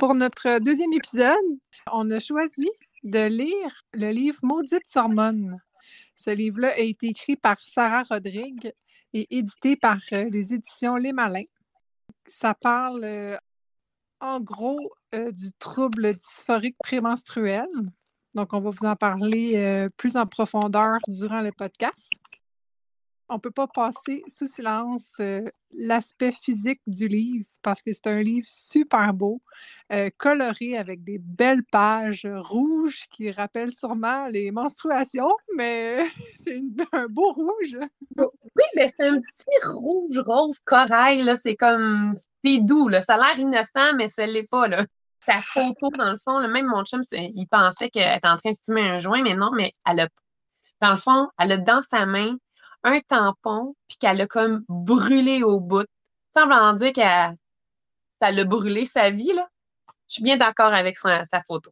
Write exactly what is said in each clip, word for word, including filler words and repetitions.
Pour notre deuxième épisode, on a choisi de lire le livre Maudites hormones. Ce livre-là a été écrit par Sarah Rodrigue et édité par euh, les éditions Les Malins. Ça parle euh, en gros euh, du trouble dysphorique prémenstruel. Donc, on va vous en parler euh, plus en profondeur durant le podcast. On ne peut pas passer sous silence euh, l'aspect physique du livre parce que c'est un livre super beau, euh, coloré avec des belles pages rouges qui rappellent sûrement les menstruations, mais c'est une- un beau rouge. Oui, mais c'est un petit rouge rose corail, là. C'est comme, c'est doux, là. Ça a l'air innocent, mais ça l'est pas, là. Ta photo, dans le fond, là, même mon chum, c'est- il pensait qu'elle était en train de fumer un joint, mais non, mais elle a, dans le fond, elle a dans sa main un tampon, puis qu'elle a comme brûlé au bout. Semblant dire qu'elle, ça l'a brûlé sa vie, là. Je suis bien d'accord avec sa, sa photo.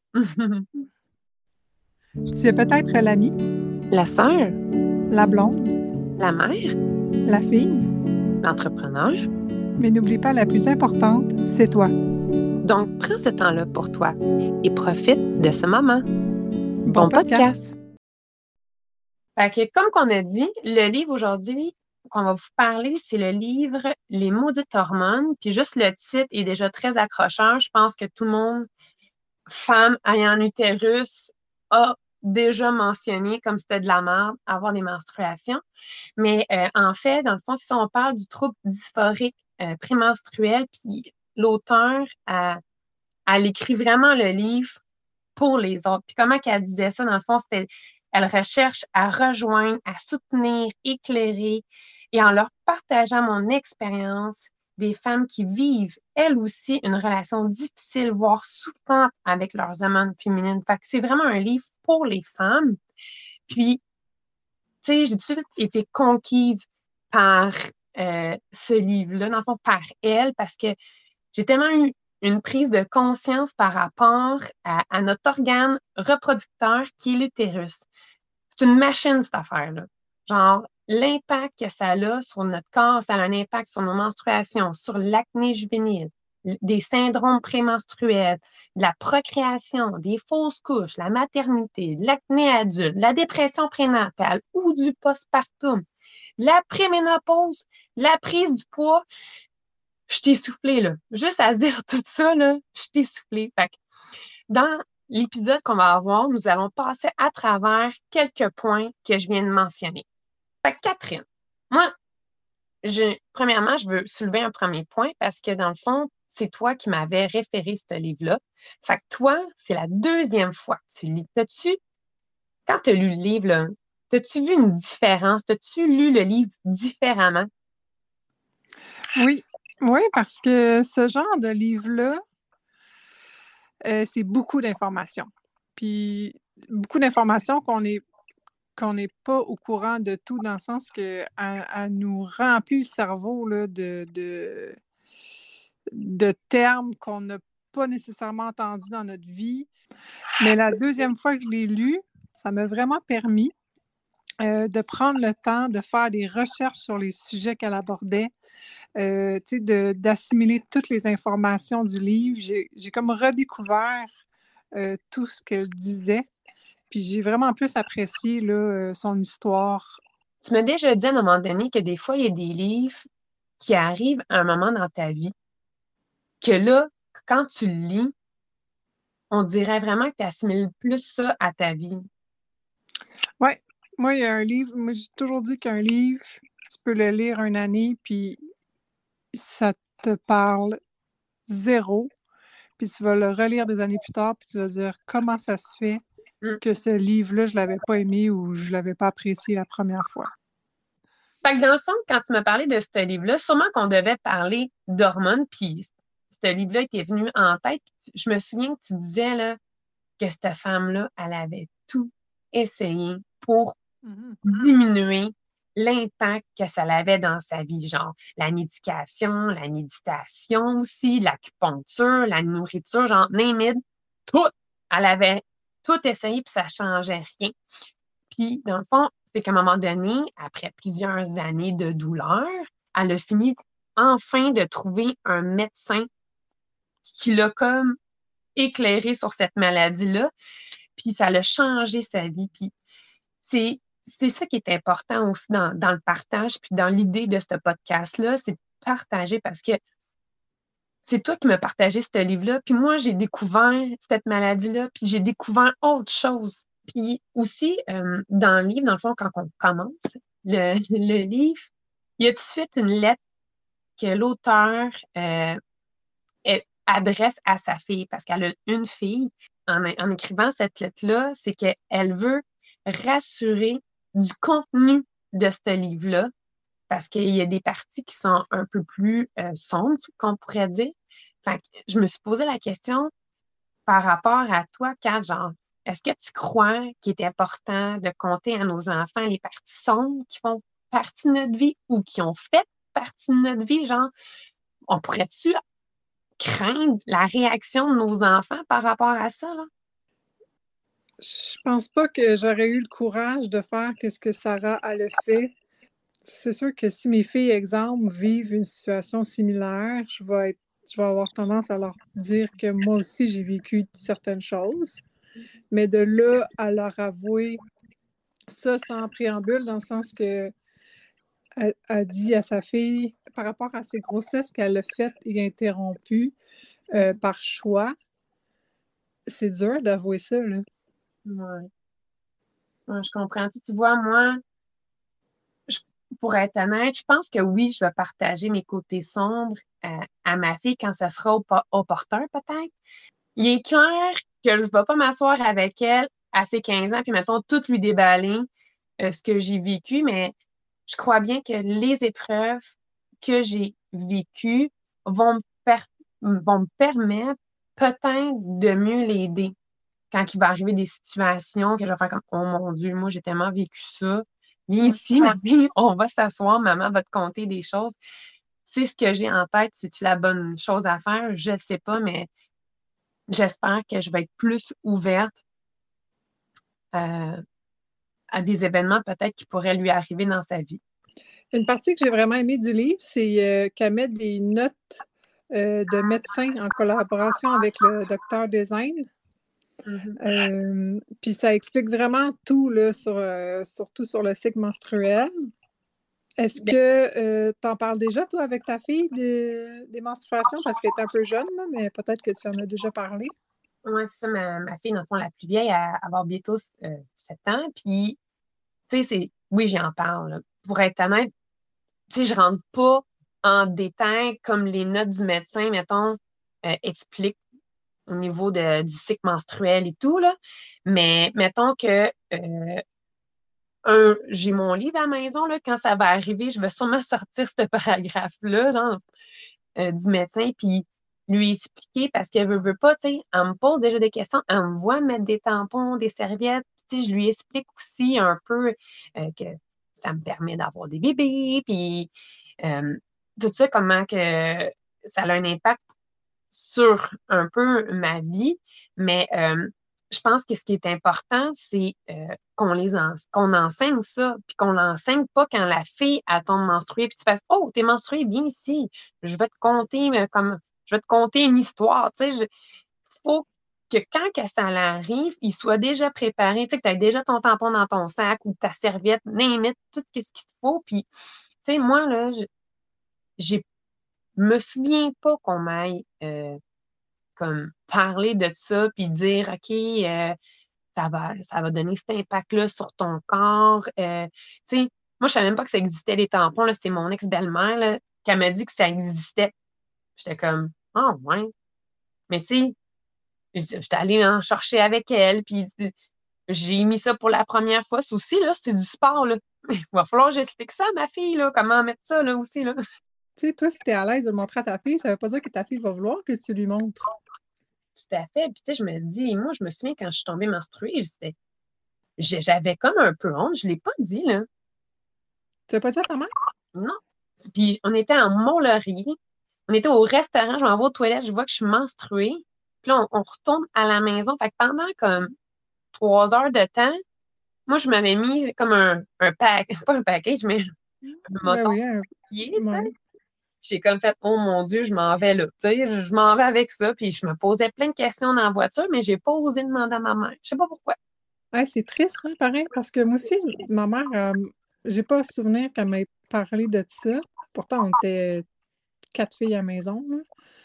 Tu es peut-être l'ami, La sœur, la blonde, la mère, la fille, l'entrepreneur. mais n'oublie pas la plus importante, c'est toi. Donc, prends ce temps-là pour toi et profite de ce moment. Bon, podcast. Fait que, comme qu'on a dit, le livre aujourd'hui qu'on va vous parler, c'est le livre Les Maudites hormones. Puis juste le titre est déjà très accrocheur. Je pense que tout le monde, femme ayant un utérus, a déjà mentionné comme c'était de la merde, avoir des menstruations. Mais euh, en fait, dans le fond, si on parle du trouble dysphorique euh, prémenstruel, puis l'auteur, a, elle écrit vraiment le livre pour les autres. Puis comment qu'elle disait ça, dans le fond, c'était elle recherche à rejoindre, à soutenir, éclairer et en leur partageant mon expérience des femmes qui vivent, elles aussi, une relation difficile, voire souffrante avec leurs hormones féminines. Fait que c'est vraiment un livre pour les femmes. Puis, tu sais, j'ai tout de suite été conquise par euh, ce livre-là, dans le fond, par elle, parce que j'ai tellement eu une prise de conscience par rapport à, à notre organe reproducteur qui est l'utérus. C'est une machine, cette affaire-là. Genre, l'impact que ça a sur notre corps, ça a un impact sur nos menstruations, sur l'acné juvénile, des syndromes prémenstruels, de la procréation, des fausses couches, la maternité, de l'acné adulte, de la dépression prénatale ou du postpartum, de la préménopause, de la prise du poids. Je t'ai soufflé, là. Juste à dire tout ça, là, je t'ai soufflé. Fait que dans l'épisode qu'on va avoir, nous allons passer à travers quelques points que je viens de mentionner. Fait que Catherine, moi, je, premièrement, je veux soulever un premier point parce que dans le fond, c'est toi qui m'avais référé ce livre-là. Fait que toi, c'est la deuxième fois que tu lis. T'as-tu, quand tu as lu le livre, là, t'as-tu vu une différence? T'as-tu lu le livre différemment? Oui, oui, parce que ce genre de livre-là, euh, c'est beaucoup d'informations. Puis beaucoup d'informations qu'on est qu'on n'est pas au courant de tout, dans le sens que elle nous remplit le cerveau là, de, de, de termes qu'on n'a pas nécessairement entendus dans notre vie. Mais la deuxième fois que je l'ai lu, ça m'a vraiment permis euh, de prendre le temps de faire des recherches sur les sujets qu'elle abordait, euh, tu sais, de- d'assimiler toutes les informations du livre. J'ai, j'ai comme redécouvert euh, tout ce qu'elle disait. Puis j'ai vraiment plus apprécié là, euh, son histoire. Tu m'as déjà dit à un moment donné que des fois, il y a des livres qui arrivent à un moment dans ta vie que là, quand tu le lis, on dirait vraiment que tu assimiles plus ça à ta vie. Oui, moi, il y a un livre, moi j'ai toujours dit qu'un livre, tu peux le lire une année, puis ça te parle zéro, puis tu vas le relire des années plus tard, puis tu vas dire comment ça se fait Mm. que ce livre-là, je l'avais pas aimé ou je l'avais pas apprécié la première fois. Fait que dans le fond, quand tu m'as parlé de ce livre-là, sûrement qu'on devait parler d'hormones, puis ce livre-là était venu en tête. Je me souviens que tu disais là, que cette femme-là, elle avait tout essayé pour Mhm. diminuer l'impact que ça avait dans sa vie, genre la médication, la méditation aussi, l'acupuncture, la nourriture, genre name it, tout. Elle avait tout essayé puis ça changeait rien. Puis dans le fond, c'est qu'à un moment donné, après plusieurs années de douleur, elle a fini enfin de trouver un médecin qui l'a comme éclairé sur cette maladie-là, puis ça l'a changé sa vie. Puis c'est, c'est ça qui est important aussi dans, dans le partage, puis dans l'idée de ce podcast-là, c'est de partager parce que c'est toi qui m'as partagé ce livre-là, puis moi, j'ai découvert cette maladie-là, puis j'ai découvert autre chose. Puis aussi, euh, dans le livre, dans le fond, quand on commence le, le livre, il y a tout de suite une lettre que l'auteur euh, est- adresse à sa fille, parce qu'elle a une fille. En, en écrivant cette lettre-là, c'est qu'elle veut rassurer du contenu de ce livre-là, parce qu'il y a des parties qui sont un peu plus euh, sombres, qu'on pourrait dire. Fait que je me suis posé la question par rapport à toi, Kat, genre, est-ce que tu crois qu'il est important de compter à nos enfants les parties sombres qui font partie de notre vie ou qui ont fait partie de notre vie? Genre, on pourrait-tu craindre la réaction de nos enfants par rapport à ça, là? Je pense pas que j'aurais eu le courage de faire ce que Sarah a le fait. C'est sûr que si mes filles, exemple, vivent une situation similaire, je vais être, je vais avoir tendance à leur dire que moi aussi, j'ai vécu certaines choses. Mais de là à leur avouer ça sans préambule, dans le sens que elle a dit à sa fille, par rapport à ses grossesses qu'elle a faites et interrompues euh, par choix, c'est dur d'avouer ça, là. Ouais. Ouais, je comprends. Tu, tu vois, moi, je- pour être honnête, je pense que oui, je vais partager mes côtés sombres euh, à ma fille quand ça sera oppo- opportun, peut-être. Il est clair que je ne vais pas m'asseoir avec elle à ses quinze ans, puis mettons, tout lui déballer euh, ce que j'ai vécu, mais je crois bien que les épreuves que j'ai vécues vont me, per- vont me permettre peut-être de mieux l'aider quand il va arriver des situations que je vais faire comme, oh mon Dieu, moi, j'ai tellement vécu ça. Viens ici, mamie, on va s'asseoir, maman va te conter des choses. C'est ce que j'ai en tête. C'est-tu la bonne chose à faire? Je ne sais pas, mais j'espère que je vais être plus ouverte euh, à des événements peut-être qui pourraient lui arriver dans sa vie. Une partie que j'ai vraiment aimée du livre, c'est euh, qu'elle met des notes euh, de médecins en collaboration avec le docteur Design. Mhm. Euh, puis ça explique vraiment tout, là, sur, euh, surtout sur le cycle menstruel. Est-ce Ben, que tu en parles déjà, toi, avec ta fille, de- des menstruations? Parce qu'elle est un peu jeune, là, mais peut-être que tu en as déjà parlé. ouais, c'est ça, ma, ma fille, dans le fond, la plus vieille, elle va avoir bientôt euh, sept ans. Puis, tu sais, c'est, oui, j'en parle, là. Pour être honnête, tu sais, je rentre pas en détail comme les notes du médecin, mettons, euh, expliquent au niveau de, du cycle menstruel et tout, là. Mais mettons que euh, un, j'ai mon livre à la maison, là, quand ça va arriver, je vais sûrement sortir ce paragraphe-là, genre, euh, du médecin, puis lui expliquer parce qu'elle veut, veut pas, tu sais, elle me pose déjà des questions, elle me voit mettre des tampons, des serviettes, tu sais, je lui explique aussi un peu euh, que ça me permet d'avoir des bébés, puis euh, tout ça, comment que ça a un impact sur un peu ma vie, mais euh, je pense que ce qui est important, c'est euh, qu'on les en- qu'on enseigne ça, puis qu'on l'enseigne pas quand la fille a tombe menstruée, puis tu fasses oh, t'es menstruée, bien ici, je vais te conter mais comme je vais te conter une histoire, tu sais, je- faut que quand que ça l'arrive, il soit déjà préparé, tu sais, que tu as déjà ton tampon dans ton sac ou ta serviette, n'importe tout ce qu'il te faut, puis tu sais, moi, là, je- j'ai me souviens pas qu'on m'aille euh, comme parler de ça, puis dire, OK, euh, ça va, ça va donner cet impact-là sur ton corps. Euh, tu sais, moi, je savais même pas que ça existait, les tampons, là. C'est mon ex-belle-mère, là, qui m'a dit que ça existait. J'étais comme, ah, ouais. Mais tu sais, j- j'étais allée en chercher avec elle, puis tu- j'ai mis ça pour la première fois. Ça aussi, là, c'est du sport, là. Il va falloir que j'explique ça à ma fille, là, comment mettre ça, là, aussi, là. Tu sais, toi, si tu es à l'aise de le montrer à ta fille, ça ne veut pas dire que ta fille va vouloir que tu lui montres. Tout à fait. Puis, tu sais, je me dis, moi, je me souviens quand je suis tombée menstruée, j'étais- j'ai- j'avais comme un peu honte. Je l'ai pas dit, là. Tu n'as pas dit à ta mère? Non. Puis on était en Mont-Laurier. On était au restaurant, je m'en vais aux toilettes, je vois que je suis menstruée. Puis là, on, on retourne à la maison. Fait que pendant comme trois heures de temps, moi, je m'avais mis comme un, un pack, pas un package, mais un Ben moton oui, un- pied, tu sais. ouais. J'ai comme fait, oh mon Dieu, je m'en vais là. Tu sais, je, je m'en vais avec ça. Puis je me posais plein de questions dans la voiture, mais j'ai pas osé demander à ma mère. Je sais pas pourquoi. Ouais, c'est triste, hein, pareil, parce que moi aussi, ma mère, euh, j'ai pas souvenir qu'elle m'ait parlé de ça. Pourtant, on était quatre filles à la maison, là.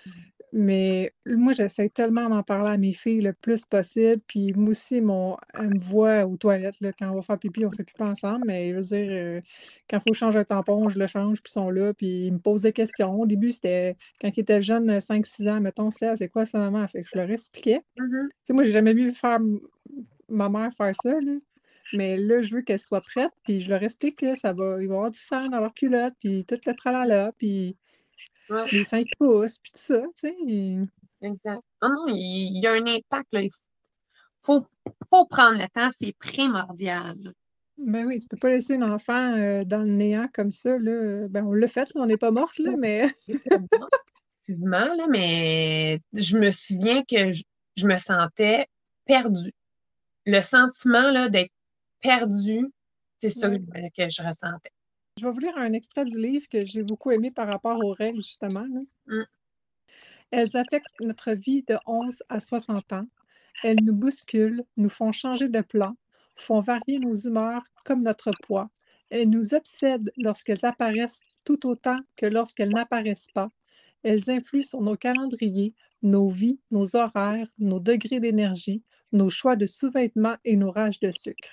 Mais moi, j'essaie tellement d'en parler à mes filles le plus possible. Puis moi aussi, mon, elle me voit aux toilettes, là, quand on va faire pipi, on fait pipi ensemble. Mais je veux dire, euh, quand il faut changer un tampon, je le change, puis ils sont là, puis ils me posent des questions. Au début, c'était quand ils étaient jeunes, cinq six ans, mettons, c'est c'est quoi ça, maman? Fait que je leur expliquais. Tu Mhm. sais, moi, j'ai jamais vu faire m- ma mère faire ça, là. Mais là, je veux qu'elle soit prête, puis je leur explique que ça va, il va y avoir du sang dans leur culotte, puis tout le tralala, puis Ouais, les seins qui poussent, puis tout ça, tu sais. et- exact. Oh non, il, il y a un impact, là. Il faut, faut prendre le temps, c'est primordial. Ben oui, tu peux pas laisser un enfant euh, dans le néant comme ça, là. Ben, on l'a fait, là, on n'est pas morte, là, mais Effectivement, là, mais je me souviens que je, je me sentais perdue. Le sentiment là, d'être perdue, c'est ça que, ouais. je que je ressentais. Je vais vous lire un extrait du livre que j'ai beaucoup aimé par rapport aux règles, justement, là. Mm. Elles affectent notre vie de onze à soixante ans. Elles nous bousculent, nous font changer de plan, font varier nos humeurs comme notre poids. Elles nous obsèdent lorsqu'elles apparaissent tout autant que lorsqu'elles n'apparaissent pas. Elles influent sur nos calendriers, nos vies, nos horaires, nos degrés d'énergie, nos choix de sous-vêtements et nos rages de sucre.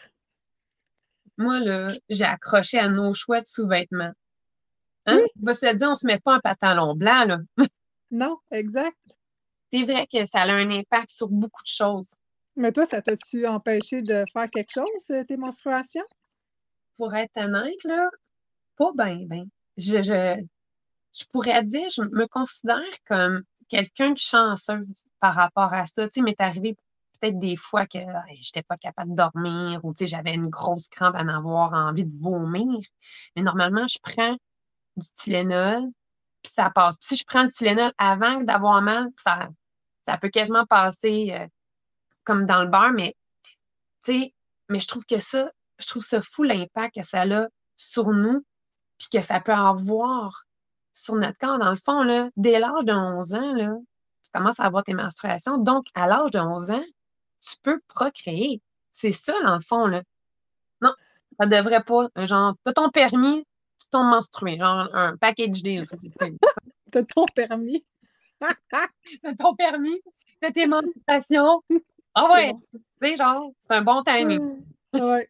Moi, là, j'ai accroché à nos choix de sous-vêtements. Hein? Oui, On va se dire, on se met pas un pantalon blanc, là. non, exact. C'est vrai que ça a un impact sur beaucoup de choses. Mais toi, ça t'a-tu empêché de faire quelque chose, euh, tes menstruations? Pour être honnête, là, pas bien, ben. Je, je, je pourrais dire, je me considère comme quelqu'un de chanceuse par rapport à ça. Tu sais, m'est arrivé peut-être des fois que hey, j'étais pas capable de dormir ou tu sais, j'avais une grosse crampe à en avoir envie de vomir. Mais normalement, je prends du Tylenol, puis ça passe. Puis si je prends le Tylenol avant d'avoir mal, ça, ça peut quasiment passer euh, comme dans le beurre, mais tu sais, mais je trouve que ça, je trouve ça fou l'impact que ça a sur nous, puis que ça peut avoir sur notre corps. Dans le fond, là, dès l'âge de onze ans, là, tu commences à avoir tes menstruations. Donc, à l'âge de onze ans, tu peux procréer. C'est ça, dans le fond, là. Non, ça devrait pas. Genre, t'as ton permis, tu tombes menstrué. Genre, un package deal. Ça, c'est- T'as ton permis? T'as ton permis, t'as tes menstruations. Ah C'est ouais, bon, ça. tu sais, genre, c'est un bon timing. Hum. Ouais.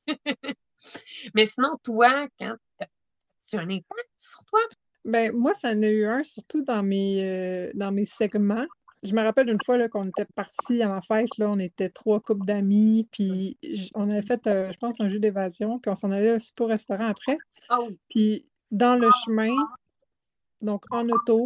Mais sinon, toi, quand t'as- tu as un impact sur toi? Ben, moi, ça en a eu un, surtout dans mes, euh, dans mes segments. Je me rappelle une fois là, qu'on était partis à ma fête, là, on était trois couples d'amis, puis j- on avait fait, euh, je pense, un jeu d'évasion, puis on s'en allait aussi au restaurant après. Ah oui. Puis dans le chemin, donc en auto,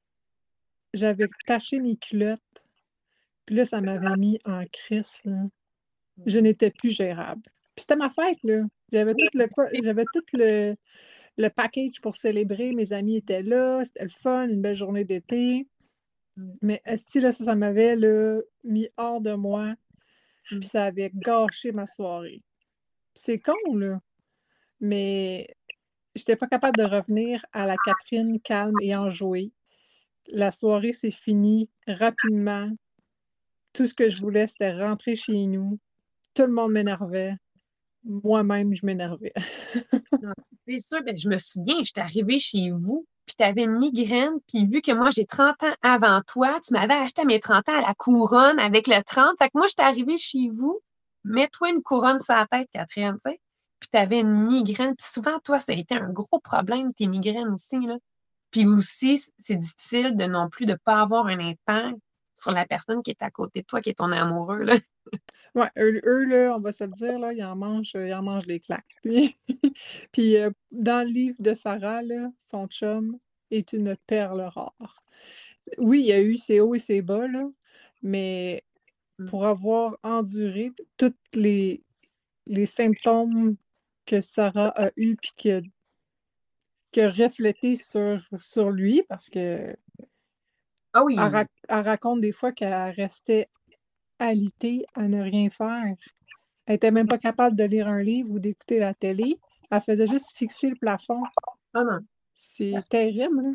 j'avais taché mes culottes, puis là, ça m'avait mis en crise, là. Je n'étais plus gérable. Puis c'était ma fête, là. J'avais tout le, quoi- j'avais tout le, le package pour célébrer. Mes amis étaient là, c'était le fun, une belle journée d'été. Mais esti, là, ça, ça m'avait là, mis hors de moi, puis ça avait gâché ma soirée. C'est con, là, mais j'étais pas capable de revenir à la Catherine calme et enjouée. La soirée s'est finie rapidement. Tout ce que je voulais, c'était rentrer chez nous. Tout le monde m'énervait. Moi-même, je m'énervais. Non, c'est sûr, ben, je me souviens, j'étais arrivée chez vous, puis tu avais une migraine, puis vu que moi j'ai trente ans avant toi, tu m'avais acheté à mes trente ans à la couronne avec le trente. Fait que moi, j'étais arrivée chez vous, mets-toi une couronne sur la tête, Catherine, tu sais. Puis tu avais une migraine, puis souvent, toi, ça a été un gros problème, tes migraines aussi, là. Puis aussi, c'est difficile de non plus de pas avoir un impact sur la personne qui est à côté de toi, qui est ton amoureux, là. Ouais, eux, eux, là, on va se le dire, là, ils en mangent, ils en mangent les claques. Puis, puis euh, dans le livre de Sarah, là, son chum est une perle rare. Oui, il y a eu ses hauts et ses bas, là, mais Mm. pour avoir enduré tous les, les symptômes que Sarah a eus puis que, que reflété sur, sur lui, parce que elle, Ah oui. ra- elle raconte des fois qu'elle restait alitée à ne rien faire. Elle était même pas capable de lire un livre ou d'écouter la télé. Elle faisait juste fixer le plafond. Ah non. C'est terrible, là.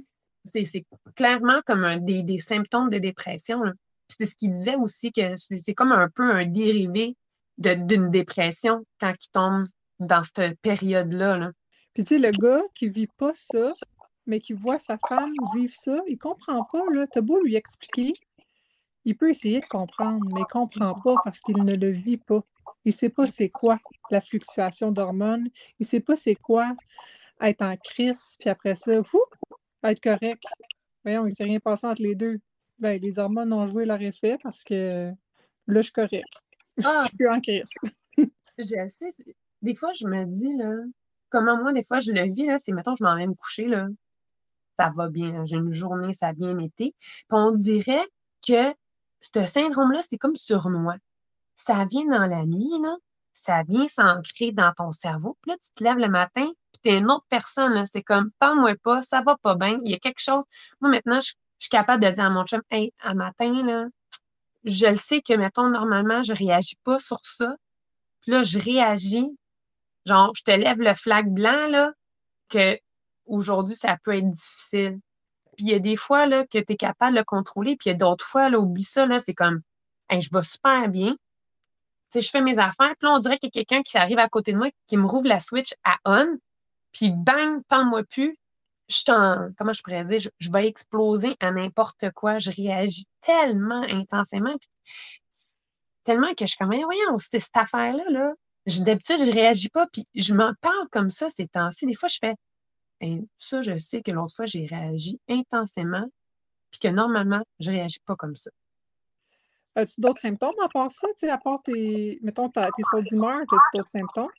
c'est, c'est clairement comme un, des, des symptômes de dépression, là. Puis c'est ce qu'il disait aussi que c'est, c'est comme un peu un dérivé de, d'une dépression quand il tombe dans cette période-là, là. Puis tu sais, le gars qui vit pas ça, mais qui voit sa femme vivre ça, il comprend pas, là. T'as beau lui expliquer, il peut essayer de comprendre, mais il comprend pas parce qu'il ne le vit pas. Il sait pas c'est quoi la fluctuation d'hormones. Il sait pas c'est quoi être en crise, puis après ça, fou, être correct. Voyons, il s'est rien passé entre les deux. Ben, les hormones ont joué leur effet parce que là, je suis correct. Je Ah, suis plus en crise. je sais. c'est- Des fois, je me dis, là, comment moi, des fois, je le vis, là, c'est, mettons, je m'en vais me coucher, là, ça va bien, là, j'ai une journée, ça a bien été. Puis on dirait que ce syndrome-là, c'est comme surnois. Ça vient dans la nuit, là, ça vient s'ancrer dans ton cerveau. Puis là, tu te lèves le matin, puis t'es une autre personne, là. C'est comme, parle-moi pas, ça va pas bien, il y a quelque chose. Moi, maintenant, je, je suis capable de dire à mon chum, hey, à matin, là, je le sais que, mettons, normalement, je réagis pas sur ça. Puis là, je réagis. Genre, je te lève le flag blanc, là, que aujourd'hui, ça peut être difficile. Puis il y a des fois, là, que tu es capable de le contrôler, puis il y a d'autres fois, là, oublie ça, là, c'est comme, hey, je vais super bien. Tu sais, je fais mes affaires, puis là, on dirait qu'il y a quelqu'un qui arrive à côté de moi, qui me rouvre la switch à on, puis bang, parle-moi plus. Je suis en, comment je pourrais dire, je, je vais exploser à n'importe quoi. Je réagis tellement intensément, puis tellement que je suis comme, voyons, voyons, c'était cette affaire-là, là. Je- D'habitude, je réagis pas, puis je m'en parle comme ça ces temps-ci. Des fois, je fais, hey, ça, je sais que l'autre fois, j'ai réagi intensément, puis que normalement, je réagis pas comme ça. As-tu d'autres symptômes à part ça? Tu sais, à part tes, mettons, ta- tes sauts d'humeur, as-tu d'autres symptômes?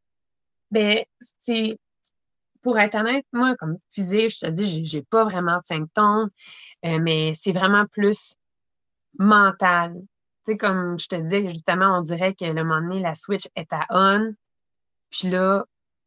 Ben, c'est, pour être honnête, moi, comme physique, je te dis, j'ai j'ai pas vraiment de symptômes, euh, mais c'est vraiment plus mental. Tu sais, comme je te disais, justement, on dirait que le moment donné, la switch est à on, puis là,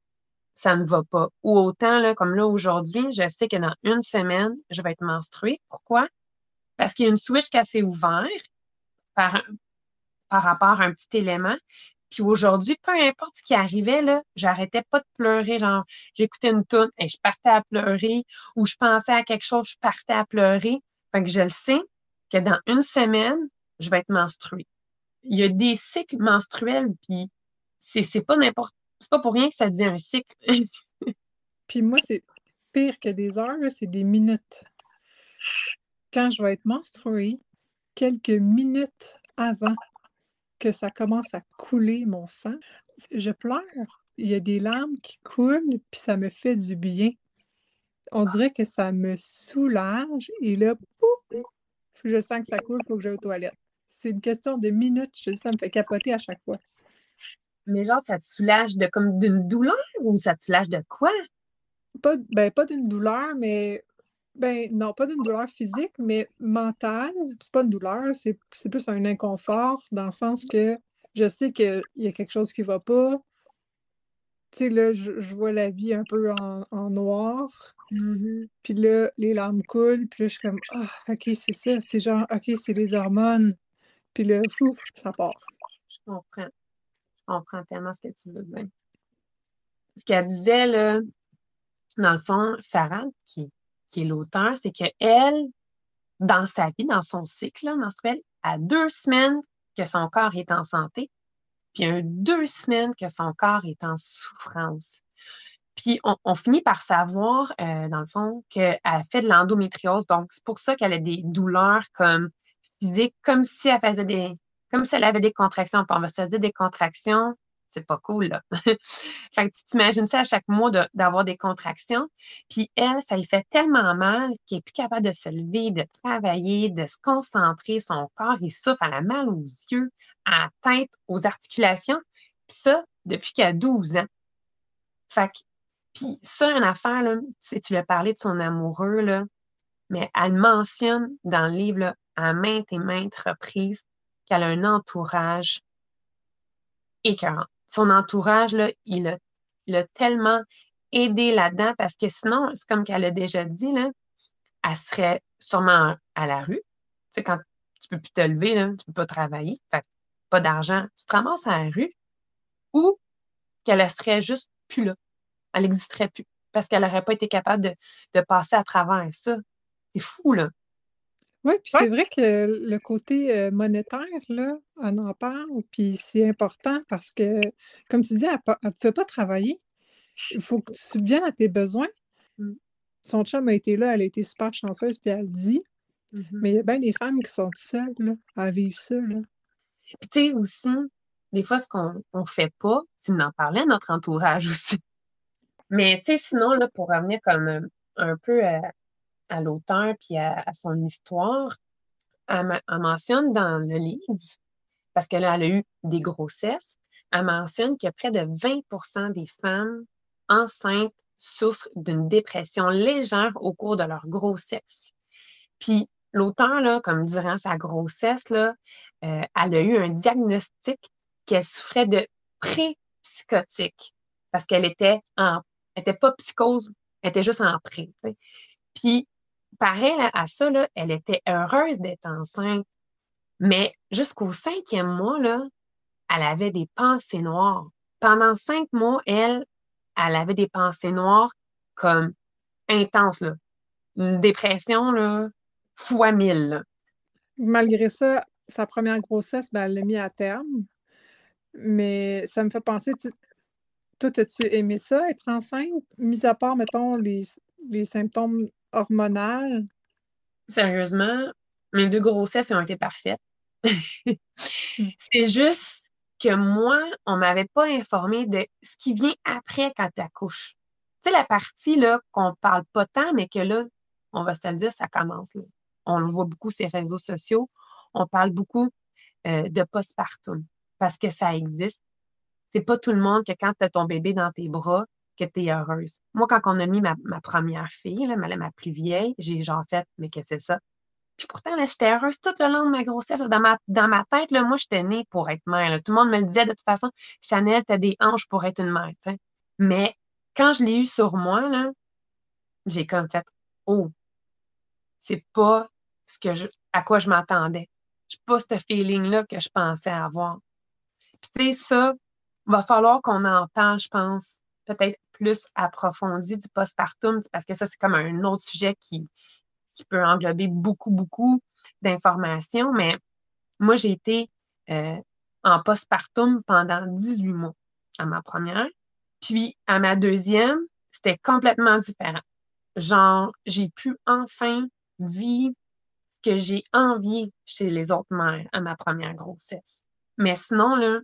ça ne va pas. Ou autant, là, comme là, aujourd'hui, je sais que dans une semaine, je vais être menstruée. Pourquoi? Parce qu'il y a une switch qui s'est ouverte par, par rapport à un petit élément. Puis aujourd'hui, peu importe ce qui arrivait, là, j'arrêtais pas de pleurer. Genre, j'écoutais une tune et je partais à pleurer, ou je pensais à quelque chose, je partais à pleurer. Fait que je le sais que dans une semaine, je vais être menstruée. Il y a des cycles menstruels, puis c'est c'est pas n'importe, c'est pas pour rien que ça dit un cycle. Puis moi, c'est pire que des heures, là, c'est des minutes. Quand je vais être menstruée, quelques minutes avant que ça commence à couler mon sang, je pleure. Il y a des larmes qui coulent, puis ça me fait du bien. On dirait que ça me soulage, et là, pouf, je sens que ça coule, il faut que j'aille aux toilettes. C'est une question de minutes, je, ça me fait capoter à chaque fois. Mais genre, ça te soulage de comme d'une douleur ou ça te soulage de quoi? Pas, ben, pas d'une douleur, mais ben non, pas d'une douleur physique, mais mentale. C'est pas une douleur, c'est c'est plus un inconfort dans le sens que je sais qu'il y a quelque chose qui va pas. Tu sais, là, je, je vois la vie un peu en, en noir. Mhm. Puis là, les larmes coulent. Puis là, je suis comme, ah, OK, c'est ça. C'est genre, OK, c'est les hormones. Puis là, fou, ça part. Je comprends. Je comprends tellement ce que tu veux dire. Ce qu'elle disait, là, dans le fond, Sarah, qui, qui est l'auteur, c'est qu'elle, dans sa vie, dans son cycle là, menstruel, a deux semaines que son corps est en santé, puis un deux semaines que son corps est en souffrance. Puis on, on finit par savoir, euh, dans le fond, qu'elle fait de l'endométriose. Donc, c'est pour ça qu'elle a des douleurs comme physiques, comme si elle faisait des, comme si elle avait des contractions. Puis on va se dire des contractions, c'est pas cool, là. Fait que tu t'imagines ça à chaque mois de- d'avoir des contractions. Puis elle, ça lui fait tellement mal qu'elle est plus capable de se lever, de travailler, de se concentrer. Son corps, il souffre, elle a mal aux yeux, à la tête, aux articulations. Puis ça, depuis qu'elle a douze ans. Fait que, puis ça, une affaire, là, tu sais, tu lui as parlé de son amoureux, là, mais elle mentionne dans le livre, là, à maintes et maintes reprises qu'elle a un entourage écœurant. Son entourage, là, il a, il a tellement aidé là-dedans parce que sinon, c'est comme qu'elle a déjà dit, là, elle serait sûrement à la rue. Tu sais, quand tu peux plus te lever, là, tu peux pas travailler, fait que pas d'argent, tu te ramasses à la rue ou qu'elle serait juste plus là. Elle n'existerait plus parce qu'elle n'aurait pas été capable de, de passer à travers ça. C'est fou, là. Oui, puis Ouais. c'est vrai que le côté euh, monétaire, là, on en parle, puis c'est important parce que, comme tu dis, elle ne pouvait pas travailler. Il faut que tu subviennes à tes besoins. Mm. Son chum a été là, elle a été super chanceuse, puis elle le dit. Mhm. Mais il y a bien des femmes qui sont seules, là, à vivre ça, là. Puis tu sais aussi, des fois, ce qu'on on fait pas, tu m'en parlais à notre entourage aussi. Mais tu sais, sinon, là, pour revenir comme euh, un peu à, à l'auteur puis à, à son histoire, elle, ma- elle mentionne dans le livre, parce que là, elle a eu des grossesses, elle mentionne que près de vingt pour cent des femmes enceintes souffrent d'une dépression légère au cours de leur grossesse. Puis l'auteur, là, comme durant sa grossesse, là, euh, elle a eu un diagnostic qu'elle souffrait de pré-psychotique parce qu'elle était en, elle était pas psychose, elle était juste en pré. Tu sais. Puis pareil à, à ça, là, elle était heureuse d'être enceinte, mais jusqu'au cinquième mois, là, elle avait des pensées noires. Pendant cinq mois, elle, elle avait des pensées noires comme intenses, là. Une dépression, là, fois mille, là. Malgré ça, sa première grossesse, ben, elle l'a mis à terme. Mais ça me fait penser, tu, toi, as-tu aimé ça, être enceinte? Mis à part, mettons, les, les symptômes hormonaux. Sérieusement, mes deux grossesses ont été parfaites. Hmm. C'est juste que moi, on m'avait pas informé de ce qui vient après quand tu accouches. Tu sais, la partie là qu'on parle pas tant, mais que là, on va se le dire, ça commence, là. On le voit beaucoup sur les réseaux sociaux. On parle beaucoup euh, de postpartum parce que ça existe. C'est pas tout le monde que quand tu as ton bébé dans tes bras, que tu es heureuse. Moi, quand on a mis ma, ma première fille, là, ma, ma plus vieille, j'ai genre fait, mais qu'est-ce que c'est ça? Puis pourtant, là, j'étais heureuse tout le long de ma grossesse. Dans ma, dans ma tête, là, moi, j'étais née pour être mère, là. Tout le monde me le disait de toute façon, Chanel, t'as des hanches pour être une mère, tu sais. Mais quand je l'ai eu sur moi, là, j'ai comme fait, oh, c'est pas ce que je, à quoi je m'attendais. C'est pas ce feeling-là que je pensais avoir. Puis tu sais, ça, va falloir qu'on en parle, je pense, peut-être plus approfondi du postpartum, parce que ça, c'est comme un autre sujet qui, qui peut englober beaucoup, beaucoup d'informations. Mais moi, j'ai été euh, en postpartum pendant dix-huit mois à ma première. Puis à ma deuxième, c'était complètement différent. Genre, j'ai pu enfin vivre ce que j'ai envié chez les autres mères à ma première grossesse. Mais sinon, là,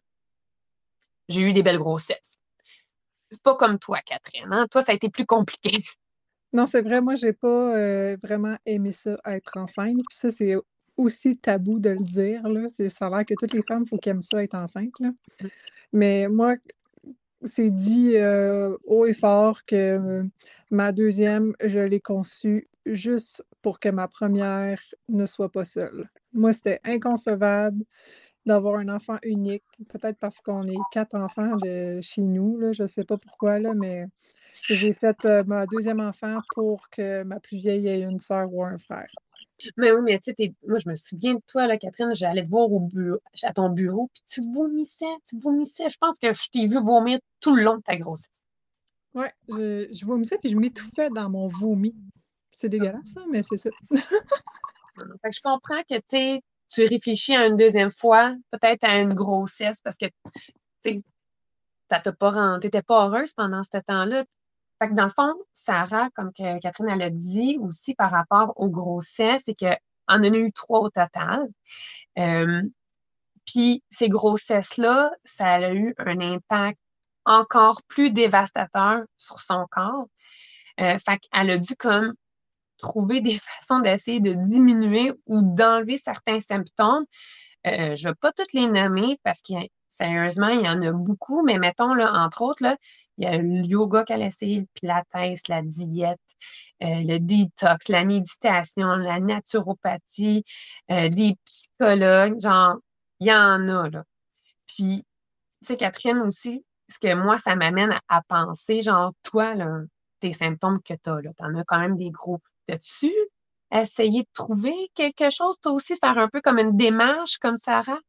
j'ai eu des belles grossesses. C'est pas comme toi, Catherine, hein? Toi, ça a été plus compliqué. Non, c'est vrai, moi, j'ai pas euh, vraiment aimé ça, être enceinte. Puis ça, c'est aussi tabou de le dire, là. C'est, ça a l'air que toutes les femmes, il faut qu'elles aiment ça, être enceinte, là. Mais moi, c'est dit euh, haut et fort que euh, ma deuxième, je l'ai conçue juste pour que ma première ne soit pas seule. Moi, c'était inconcevable d'avoir un enfant unique, peut-être parce qu'on est quatre enfants de chez nous, là, je ne sais pas pourquoi, là, mais j'ai fait euh, ma deuxième enfant pour que ma plus vieille ait une sœur ou un frère. Mais oui, mais tu sais, t'es- moi, je me souviens de toi, là, Catherine, j'allais te voir au bureau, à ton bureau, puis tu vomissais, tu vomissais. Je pense que je t'ai vu vomir tout le long de ta grossesse. Ouais, je, je vomissais puis je m'étouffais dans mon vomi. C'est dégueulasse, hein, mais c'est ça. Fait que je comprends que, tu sais, tu réfléchis à une deuxième fois, peut-être à une grossesse, parce que, tu sais, ça t'a pas rendu, t'étais pas heureuse pendant ce temps-là. Fait que dans le fond, Sarah, comme que Catherine elle a dit aussi par rapport aux grossesses, c'est qu'elle en a eu trois au total. Euh, Puis ces grossesses-là, ça a eu un impact encore plus dévastateur sur son corps. Euh, fait qu'elle a dû comme trouver des façons d'essayer de diminuer ou d'enlever certains symptômes. Euh, je ne vais pas toutes les nommer parce que sérieusement, il y en a beaucoup, mais mettons, là, entre autres, là, il y a le yoga qu'elle a essayé, le pilates, la diète, euh, le détox, la méditation, la naturopathie, euh, des psychologues, genre, il y en a, là. Puis, tu sais, Catherine aussi, ce que moi, ça m'amène à, à penser, genre, toi, là, tes symptômes que tu as, là, tu en as quand même des gros. As-tu essayé de trouver quelque chose, toi aussi, faire un peu comme une démarche comme Sarah?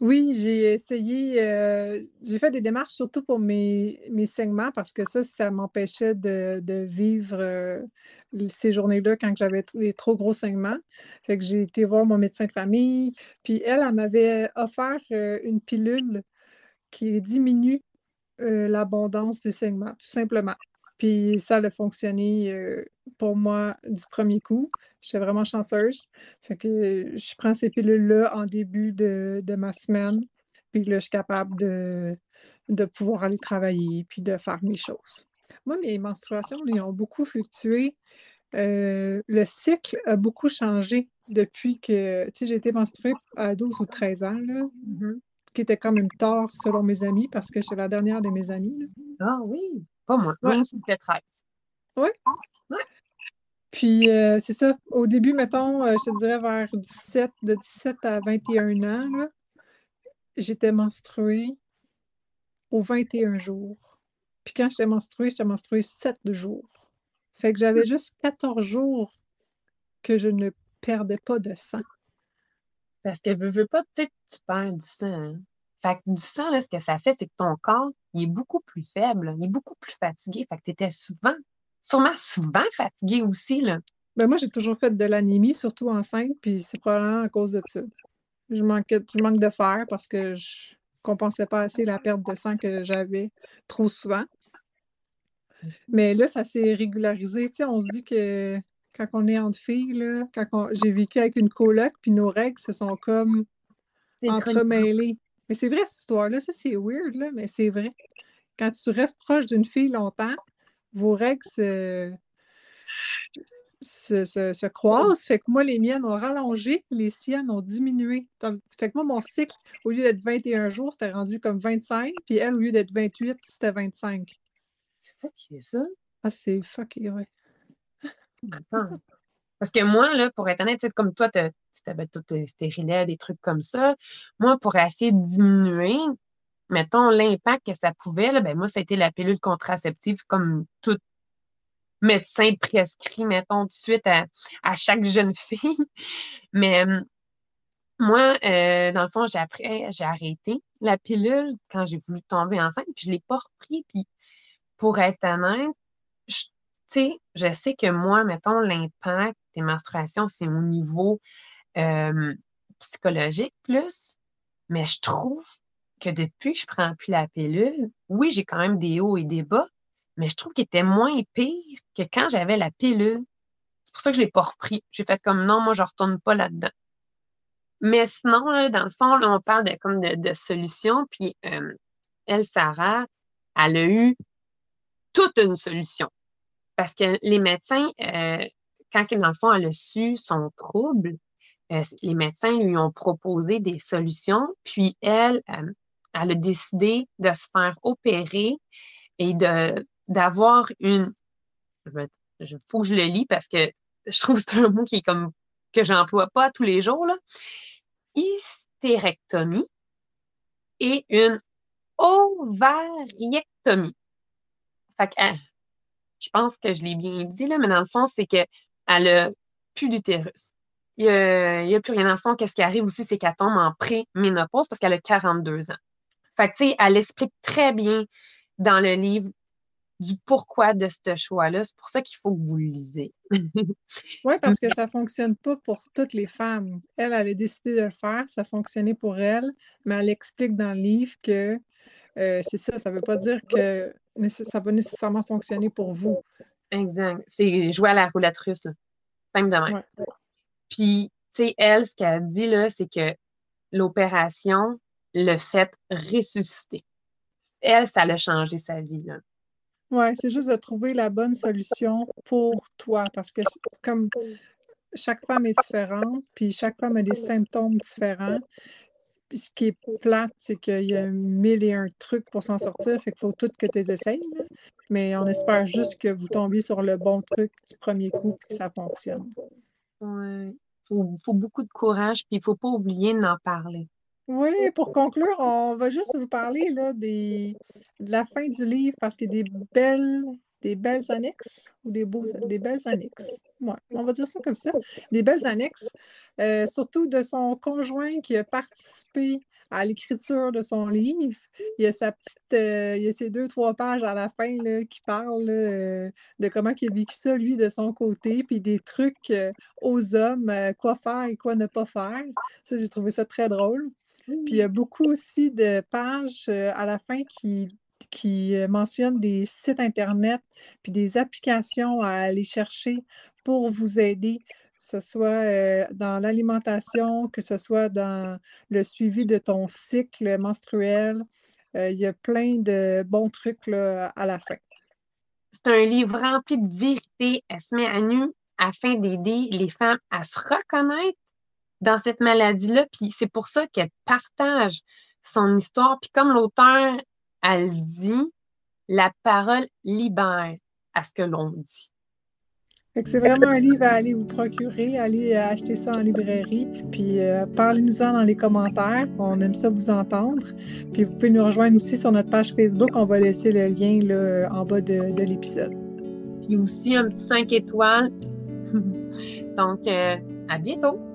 Oui, j'ai essayé, euh, j'ai fait des démarches surtout pour mes, mes saignements parce que ça, ça m'empêchait de, de vivre euh, ces journées-là quand j'avais t- des trop gros saignements. Fait que j'ai été voir mon médecin de famille, puis elle, elle m'avait offert euh, une pilule qui diminue euh, l'abondance des saignements, tout simplement. Puis ça a fonctionné euh, pour moi du premier coup. J'étais vraiment chanceuse. Fait que je prends ces pilules-là en début de, de ma semaine. Puis là, je suis capable de, de pouvoir aller travailler puis de faire mes choses. Moi, mes menstruations, ils ont beaucoup fluctué. Euh, le cycle a beaucoup changé depuis que, tu sais, j'ai été menstruée à douze ou treize ans, là, Mhm. qui était comme une tort selon mes amis parce que j'étais la dernière de mes amis, là. Ah oui, pas moi. Ouais, Moi aussi, c'était treize. ouais. Ouais. Puis euh, c'est ça. Au début, mettons, euh, je te dirais vers dix-sept, de dix-sept à vingt et un ans, là, j'étais menstruée aux vingt et un jours. Puis quand j'étais menstruée, j'étais menstruée sept jours. Fait que j'avais juste quatorze jours que je ne perdais pas de sang. Parce que veux, veux pas, tu sais, tu perds du sang. Hein. Fait que du sang, là, ce que ça fait, c'est que ton corps, il est beaucoup plus faible, il est beaucoup plus fatigué. Fait que tu étais souvent, sûrement souvent fatigué aussi, là. Ben moi, j'ai toujours fait de l'anémie, surtout enceinte, puis c'est probablement à cause de ça. Je manquais, je manque de fer parce que je compensais pas assez la perte de sang que j'avais trop souvent. Mais là, ça s'est régularisé. Tu sais, on se dit que quand on est entre filles, là, quand on- j'ai vécu avec une coloc, puis nos règles se sont comme C'est chronique. entremêlées. Mais c'est vrai, cette histoire-là, ça c'est weird, là, mais c'est vrai. Quand tu restes proche d'une fille longtemps, vos règles se, se, se- se croisent. Fait que moi, les miennes ont rallongé, les siennes ont diminué. Tandis- Fait que moi, mon cycle, au lieu d'être vingt et un jours, c'était rendu comme vingt-cinq, puis elle, au lieu d'être vingt-huit, c'était vingt-cinq. C'est fou qu'il y ait ça. Ah, c'est fucké, ouais. Attends. Parce que moi, là, pour être honnête, tu sais, comme toi, tu avais tout tes stérilet, des trucs comme ça. Moi, pour essayer de diminuer, mettons, l'impact que ça pouvait, là, ben moi, ça a été la pilule contraceptive, comme tout médecin prescrit, mettons, tout de suite à, à chaque jeune fille. Mais euh, moi, euh, dans le fond, j'ai après, j'ai arrêté la pilule quand j'ai voulu tomber enceinte, puis je l'ai pas repris. Puis pour être honnête, je, tu sais, je sais que moi, mettons, l'impact des menstruations, c'est au niveau euh, psychologique plus, mais je trouve que depuis que je prends plus la pilule, oui, j'ai quand même des hauts et des bas, mais je trouve qu'il était moins pire que quand j'avais la pilule. C'est pour ça que je l'ai pas repris. J'ai fait comme non, moi, je retourne pas là-dedans. Mais sinon, là, dans le fond, là, on parle de, comme de, de solutions, puis euh, elle, Sarah, elle a eu toute une solution. Parce que les médecins, euh, quand, dans le fond, elle a su son trouble, euh, les médecins lui ont proposé des solutions, puis elle, euh, elle a décidé de se faire opérer et de d'avoir une, il faut que je le lis parce que je trouve que c'est un mot qui est comme que j'emploie pas tous les jours, là, hystérectomie et une ovariectomie. Fait que, euh, je pense que je l'ai bien dit, là, mais dans le fond, c'est qu'elle a plus d'utérus. Il n'y a, il y a plus rien. Dans le fond, qu'est-ce qui arrive aussi, c'est qu'elle tombe en pré-ménopause parce qu'elle a quarante-deux ans. Fait que, tu sais, elle explique très bien dans le livre du pourquoi de ce choix-là. C'est pour ça qu'il faut que vous le lisez. Oui, parce que ça ne fonctionne pas pour toutes les femmes. Elle, elle a décidé de le faire, ça a fonctionné pour elle, mais elle explique dans le livre que euh, c'est ça, ça ne veut pas dire que nécess- ça va nécessairement fonctionner pour vous. Exact. C'est jouer à la roulette russe, là. Simple de même. Ouais. Puis, tu sais, elle, ce qu'elle dit, là, c'est que l'opération le fait ressusciter. Elle, ça l'a changé sa vie, là. Ouais, c'est juste de trouver la bonne solution pour toi, parce que c'est comme chaque femme est différente, puis chaque femme a des symptômes différents. Puis ce qui est plate, c'est qu'il y a mille et un trucs pour s'en sortir, fait qu'il faut tout que tu essayes, là. Mais on espère juste que vous tombiez sur le bon truc du premier coup puis que ça fonctionne. Ouais. Faut, faut beaucoup de courage, puis il faut pas oublier d'en parler. Oui, pour conclure, on va juste vous parler là, des, de la fin du livre parce qu'il y a des belles, des belles annexes ou des beaux, des belles annexes. Ouais, on va dire ça comme ça. Des belles annexes, euh, surtout de son conjoint qui a participé à l'écriture de son livre. Il y a sa petite, euh, il y a ces deux, trois pages à la fin là, qui parlent là, euh, de comment il a vécu ça, lui, de son côté, puis des trucs euh, aux hommes, euh, quoi faire et quoi ne pas faire. Ça, j'ai trouvé ça très drôle. Puis il y a beaucoup aussi de pages euh, à la fin qui, qui euh, mentionnent des sites Internet puis des applications à aller chercher pour vous aider, que ce soit euh, dans l'alimentation, que ce soit dans le suivi de ton cycle menstruel. Euh, il y a plein de bons trucs là, à la fin. C'est un livre rempli de vérité. Elle se met à nu afin d'aider les femmes à se reconnaître dans cette maladie-là. Puis c'est pour ça qu'elle partage son histoire. Puis comme l'auteur, elle dit, la parole libère à ce que l'on dit. Fait que c'est vraiment un livre à aller vous procurer, aller euh, acheter ça en librairie, puis euh, parlez-nous-en dans les commentaires. On aime ça vous entendre. Puis vous pouvez nous rejoindre aussi sur notre page Facebook. On va laisser le lien là, en bas de, de l'épisode. Puis aussi un petit cinq étoiles. Donc, euh, à bientôt!